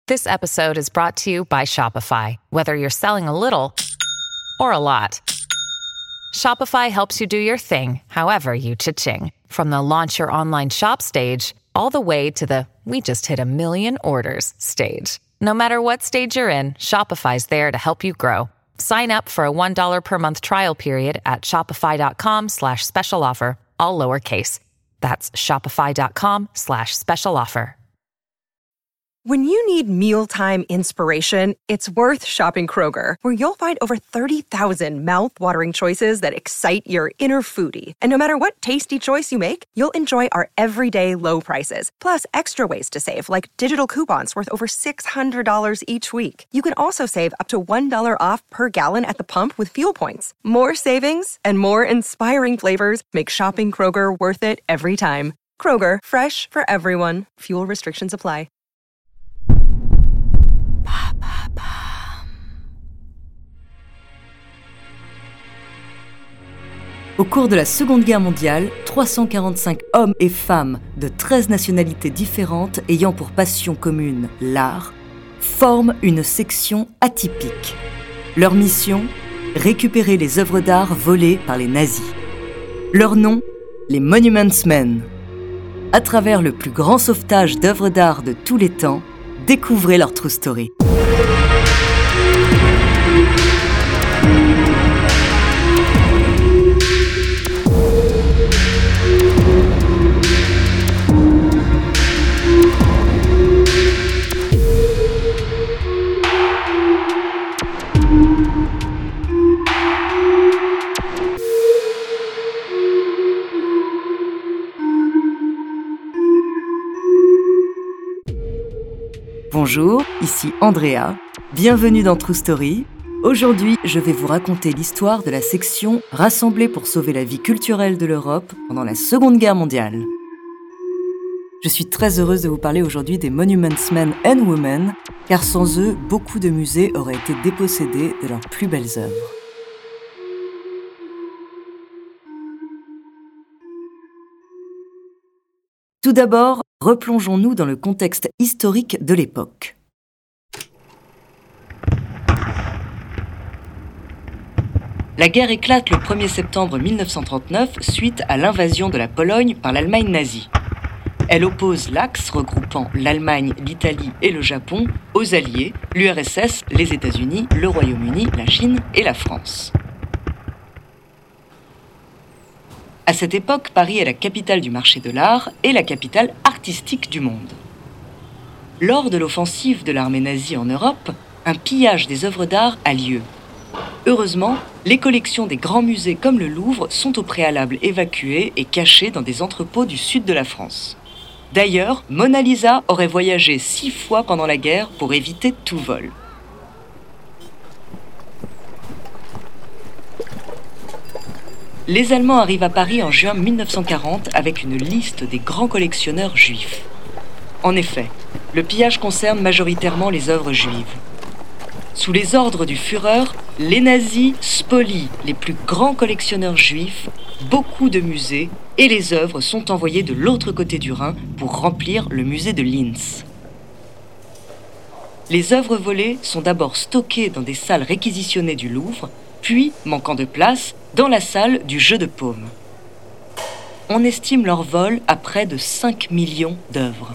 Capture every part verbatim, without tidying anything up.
This episode is brought to you by Shopify. Whether you're selling a little or a lot, Shopify helps you do your thing, however you cha-ching. From the launch your online shop stage, all the way to the we just hit a million orders stage. No matter what stage you're in, Shopify's there to help you grow. Sign up for a one dollar per month trial period at shopify.com slash special offer, all lowercase. That's shopify.com slash special offer. When you need mealtime inspiration, it's worth shopping Kroger, where you'll find over thirty thousand mouth-watering choices that excite your inner foodie. And no matter what tasty choice you make, you'll enjoy our everyday low prices, plus extra ways to save, like digital coupons worth over six hundred dollars each week. You can also save up to one dollar off per gallon at the pump with fuel points. More savings and more inspiring flavors make shopping Kroger worth it every time. Kroger, fresh for everyone. Fuel restrictions apply. Au cours de la Seconde Guerre mondiale, trois cent quarante-cinq hommes et femmes de treize nationalités différentes ayant pour passion commune l'art forment une section atypique. Leur mission ? Récupérer les œuvres d'art volées par les nazis. Leur nom ? Les Monuments Men. À travers le plus grand sauvetage d'œuvres d'art de tous les temps, découvrez leur true story. Bonjour, ici Andrea, bienvenue dans True Story. Aujourd'hui, je vais vous raconter l'histoire de la section rassemblée pour sauver la vie culturelle de l'Europe pendant la Seconde Guerre mondiale. Je suis très heureuse de vous parler aujourd'hui des Monuments Men and Women, car sans eux, beaucoup de musées auraient été dépossédés de leurs plus belles œuvres. Tout d'abord, replongeons-nous dans le contexte historique de l'époque. La guerre éclate le premier septembre mille neuf cent trente-neuf suite à l'invasion de la Pologne par l'Allemagne nazie. Elle oppose l'axe regroupant l'Allemagne, l'Italie et le Japon aux alliés, l'U R S S, les États-Unis, le Royaume-Uni, la Chine et la France. À cette époque, Paris est la capitale du marché de l'art et la capitale artistique du monde. Lors de l'offensive de l'armée nazie en Europe, un pillage des œuvres d'art a lieu. Heureusement, les collections des grands musées comme le Louvre sont au préalable évacuées et cachées dans des entrepôts du sud de la France. D'ailleurs, Mona Lisa aurait voyagé six fois pendant la guerre pour éviter tout vol. Les Allemands arrivent à Paris en juin mille neuf cent quarante avec une liste des grands collectionneurs juifs. En effet, le pillage concerne majoritairement les œuvres juives. Sous les ordres du Führer, les nazis spolient les plus grands collectionneurs juifs, beaucoup de musées, et les œuvres sont envoyées de l'autre côté du Rhin pour remplir le musée de Linz. Les œuvres volées sont d'abord stockées dans des salles réquisitionnées du Louvre, puis, manquant de place, dans la salle du Jeu de Paume. On estime leur vol à près de cinq millions d'œuvres.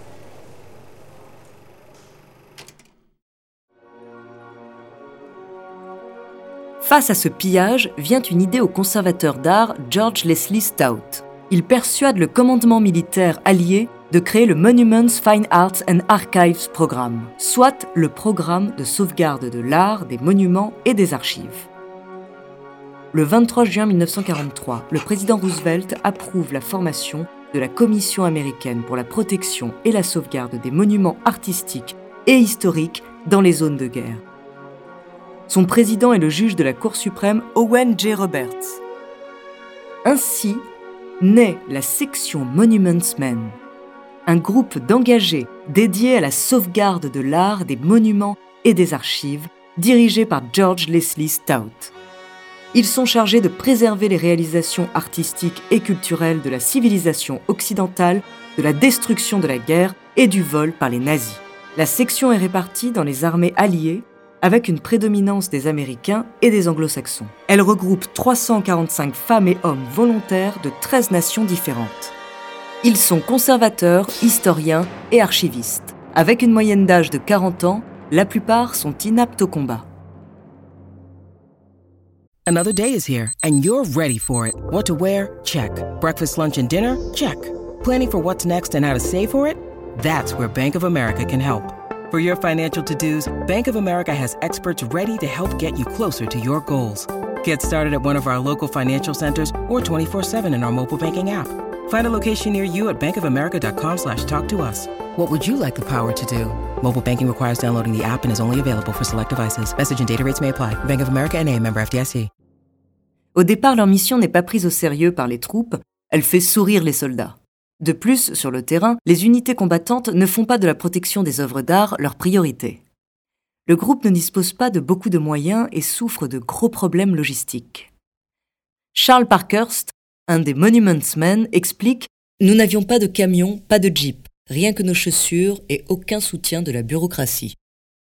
Face à ce pillage, vient une idée au conservateur d'art George Leslie Stout. Il persuade le commandement militaire allié de créer le Monuments Fine Arts and Archives Programme, soit le programme de sauvegarde de l'art, des monuments et des archives. Le vingt-trois juin mille neuf cent quarante-trois, le président Roosevelt approuve la formation de la Commission américaine pour la protection et la sauvegarde des monuments artistiques et historiques dans les zones de guerre. Son président est le juge de la Cour suprême Owen J. Roberts. Ainsi naît la section Monuments Men, un groupe d'engagés dédié à la sauvegarde de l'art, des monuments et des archives, dirigé par George Leslie Stout. Ils sont chargés de préserver les réalisations artistiques et culturelles de la civilisation occidentale, de la destruction de la guerre et du vol par les nazis. La section est répartie dans les armées alliées, avec une prédominance des Américains et des Anglo-Saxons. Elle regroupe trois cent quarante-cinq femmes et hommes volontaires de treize nations différentes. Ils sont conservateurs, historiens et archivistes. Avec une moyenne d'âge de quarante ans, la plupart sont inaptes au combat. Another day is here, and you're ready for it. What to wear? Check. Breakfast, lunch, and dinner? Check. Planning for what's next and how to save for it? That's where Bank of America can help. For your financial to-dos, Bank of America has experts ready to help get you closer to your goals. Get started at one of our local financial centers or twenty-four seven in our mobile banking app. Find a location near you at bankofamerica.com slash talk to us. What would you like the power to do? Mobile banking requires downloading the app and is only available for select devices. Message and data rates may apply. Bank of America N A, member F D I C. Au départ, leur mission n'est pas prise au sérieux par les troupes, elle fait sourire les soldats. De plus, sur le terrain, les unités combattantes ne font pas de la protection des œuvres d'art leur priorité. Le groupe ne dispose pas de beaucoup de moyens et souffre de gros problèmes logistiques. Charles Parkhurst, un des Monuments Men, explique « Nous n'avions pas de camions, pas de jeep, rien que nos chaussures et aucun soutien de la bureaucratie. »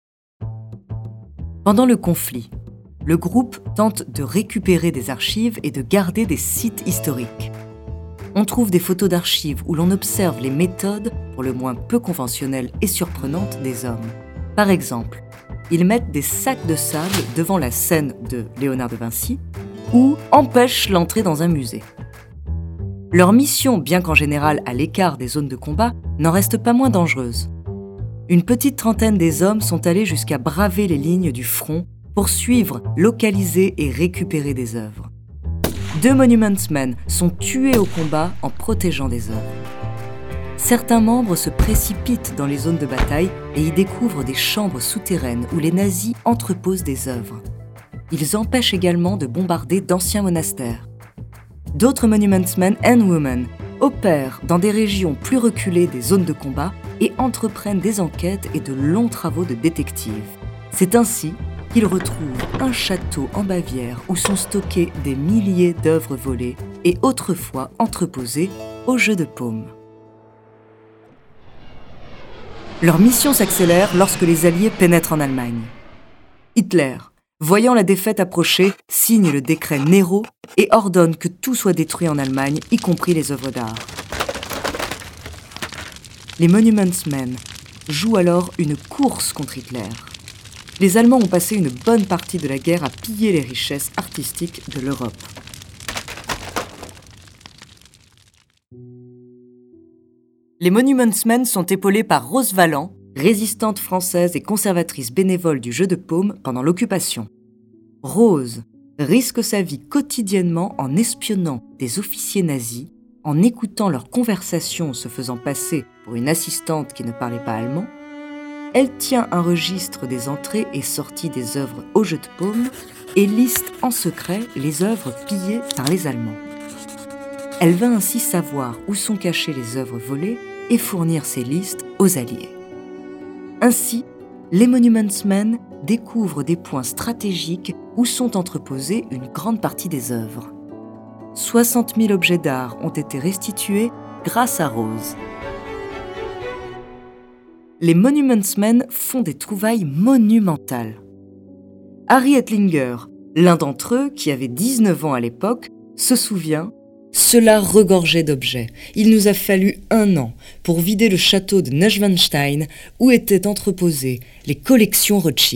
Pendant le conflit, le groupe tente de récupérer des archives et de garder des sites historiques. On trouve des photos d'archives où l'on observe les méthodes, pour le moins peu conventionnelles et surprenantes, des hommes. Par exemple, ils mettent des sacs de sable devant la scène de Léonard de Vinci ou empêchent l'entrée dans un musée. Leur mission, bien qu'en général à l'écart des zones de combat, n'en reste pas moins dangereuse. Une petite trentaine des hommes sont allés jusqu'à braver les lignes du front pour suivre, localiser et récupérer des œuvres. Deux Monuments Men sont tués au combat en protégeant des œuvres. Certains membres se précipitent dans les zones de bataille et y découvrent des chambres souterraines où les nazis entreposent des œuvres. Ils empêchent également de bombarder d'anciens monastères. D'autres Monuments Men and Women opèrent dans des régions plus reculées des zones de combat et entreprennent des enquêtes et de longs travaux de détectives. C'est ainsi qu'ils retrouvent un château en Bavière où sont stockées des milliers d'œuvres volées et autrefois entreposées au Jeu de Paume. Leur mission s'accélère lorsque les Alliés pénètrent en Allemagne. Hitler, voyant la défaite approcher, signe le décret Nero et ordonne que tout soit détruit en Allemagne, y compris les œuvres d'art. Les Monuments Men jouent alors une course contre Hitler. Les Allemands ont passé une bonne partie de la guerre à piller les richesses artistiques de l'Europe. Les Monuments Men sont épaulés par Rose Valland, résistante française et conservatrice bénévole du Jeu de Paume pendant l'occupation. Rose risque sa vie quotidiennement en espionnant des officiers nazis, en écoutant leurs conversations se faisant passer pour une assistante qui ne parlait pas allemand. Elle tient un registre des entrées et sorties des œuvres au Jeu de Paume et liste en secret les œuvres pillées par les Allemands. Elle va ainsi savoir où sont cachées les œuvres volées et fournir ces listes aux Alliés. Ainsi, les Monuments Men découvrent des points stratégiques où sont entreposées une grande partie des œuvres. soixante mille objets d'art ont été restitués grâce à Rose. Les Monuments Men font des trouvailles monumentales. Harry Ettlinger, l'un d'entre eux, qui avait dix-neuf ans à l'époque, se souvient « Cela regorgeait d'objets. Il nous a fallu un an pour vider le château de Neuschwanstein où étaient entreposées les collections Rothschild. »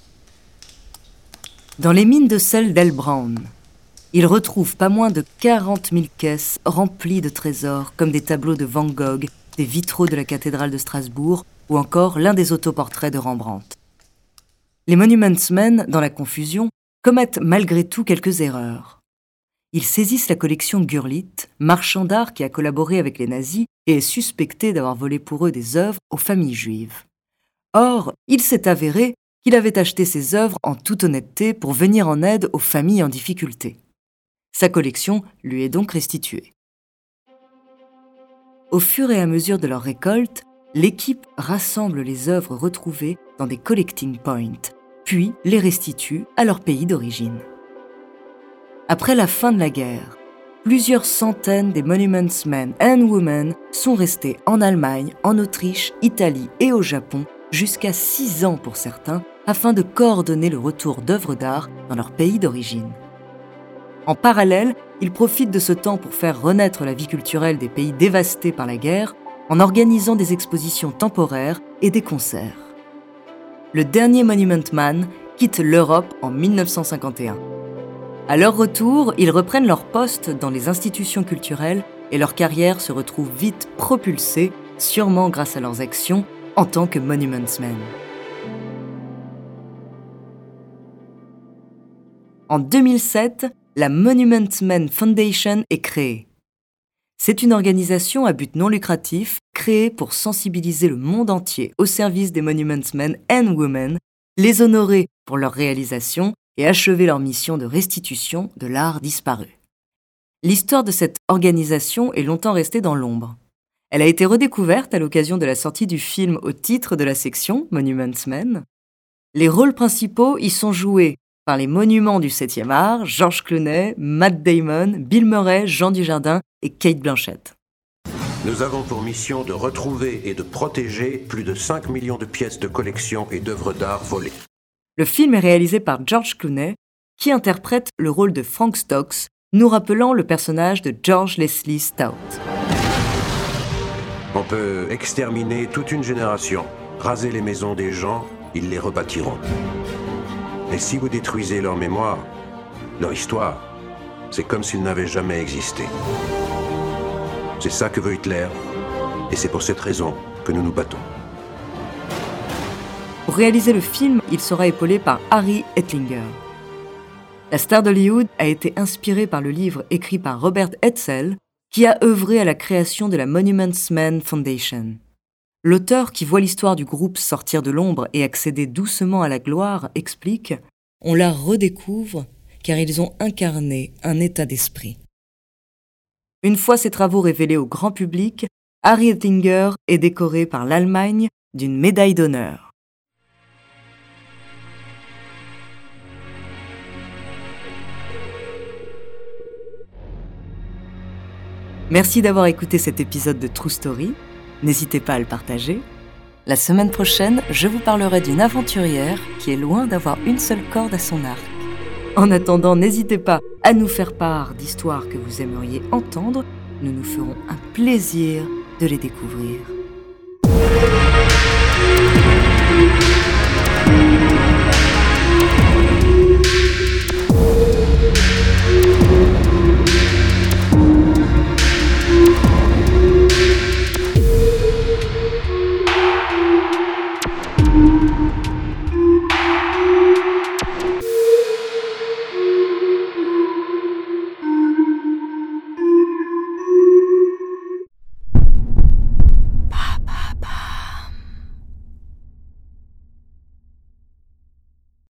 Dans les mines de sel d'Elbbraun, ils retrouvent pas moins de quarante mille caisses remplies de trésors comme des tableaux de Van Gogh, des vitraux de la cathédrale de Strasbourg ou encore l'un des autoportraits de Rembrandt. Les Monuments Men, dans la confusion, commettent malgré tout quelques erreurs. Ils saisissent la collection Gurlitt, marchand d'art qui a collaboré avec les nazis et est suspecté d'avoir volé pour eux des œuvres aux familles juives. Or, il s'est avéré qu'il avait acheté ces œuvres en toute honnêteté pour venir en aide aux familles en difficulté. Sa collection lui est donc restituée. Au fur et à mesure de leur récolte, l'équipe rassemble les œuvres retrouvées dans des collecting points, puis les restitue à leur pays d'origine. Après la fin de la guerre, plusieurs centaines des Monuments Men and Women sont restés en Allemagne, en Autriche, Italie et au Japon, jusqu'à six ans pour certains, afin de coordonner le retour d'œuvres d'art dans leur pays d'origine. En parallèle, ils profitent de ce temps pour faire renaître la vie culturelle des pays dévastés par la guerre en organisant des expositions temporaires et des concerts. Le dernier Monument Man quitte l'Europe en dix-neuf cent cinquante et un. À leur retour, ils reprennent leur poste dans les institutions culturelles et leur carrière se retrouve vite propulsée, sûrement grâce à leurs actions en tant que Monuments Men. En deux mille sept, la Monument Men Foundation est créée. C'est une organisation à but non lucratif créée pour sensibiliser le monde entier au service des Monuments Men and Women, les honorer pour leur réalisation et achever leur mission de restitution de l'art disparu. L'histoire de cette organisation est longtemps restée dans l'ombre. Elle a été redécouverte à l'occasion de la sortie du film au titre de la section Monuments Men. Les rôles principaux y sont joués par les monuments du septième art, George Clooney, Matt Damon, Bill Murray, Jean Dujardin et Cate Blanchett. Nous avons pour mission de retrouver et de protéger plus de cinq millions de pièces de collection et d'œuvres d'art volées. Le film est réalisé par George Clooney, qui interprète le rôle de Frank Stokes, nous rappelant le personnage de George Leslie Stout. On peut exterminer toute une génération, raser les maisons des gens, ils les rebâtiront. Et si vous détruisez leur mémoire, leur histoire, c'est comme s'ils n'avaient jamais existé. C'est ça que veut Hitler, et c'est pour cette raison que nous nous battons. Pour réaliser le film, il sera épaulé par Harry Ettlinger. La star d'Hollywood a été inspirée par le livre écrit par Robert Hetzel, qui a œuvré à la création de la Monuments Men Foundation. L'auteur, qui voit l'histoire du groupe sortir de l'ombre et accéder doucement à la gloire, explique « On la redécouvre car ils ont incarné un état d'esprit ». Une fois ses travaux révélés au grand public, Harry Ettlinger est décoré par l'Allemagne d'une médaille d'honneur. Merci d'avoir écouté cet épisode de True Story. N'hésitez pas à le partager. La semaine prochaine, je vous parlerai d'une aventurière qui est loin d'avoir une seule corde à son arc. En attendant, n'hésitez pas à nous faire part d'histoires que vous aimeriez entendre. Nous nous ferons un plaisir de les découvrir.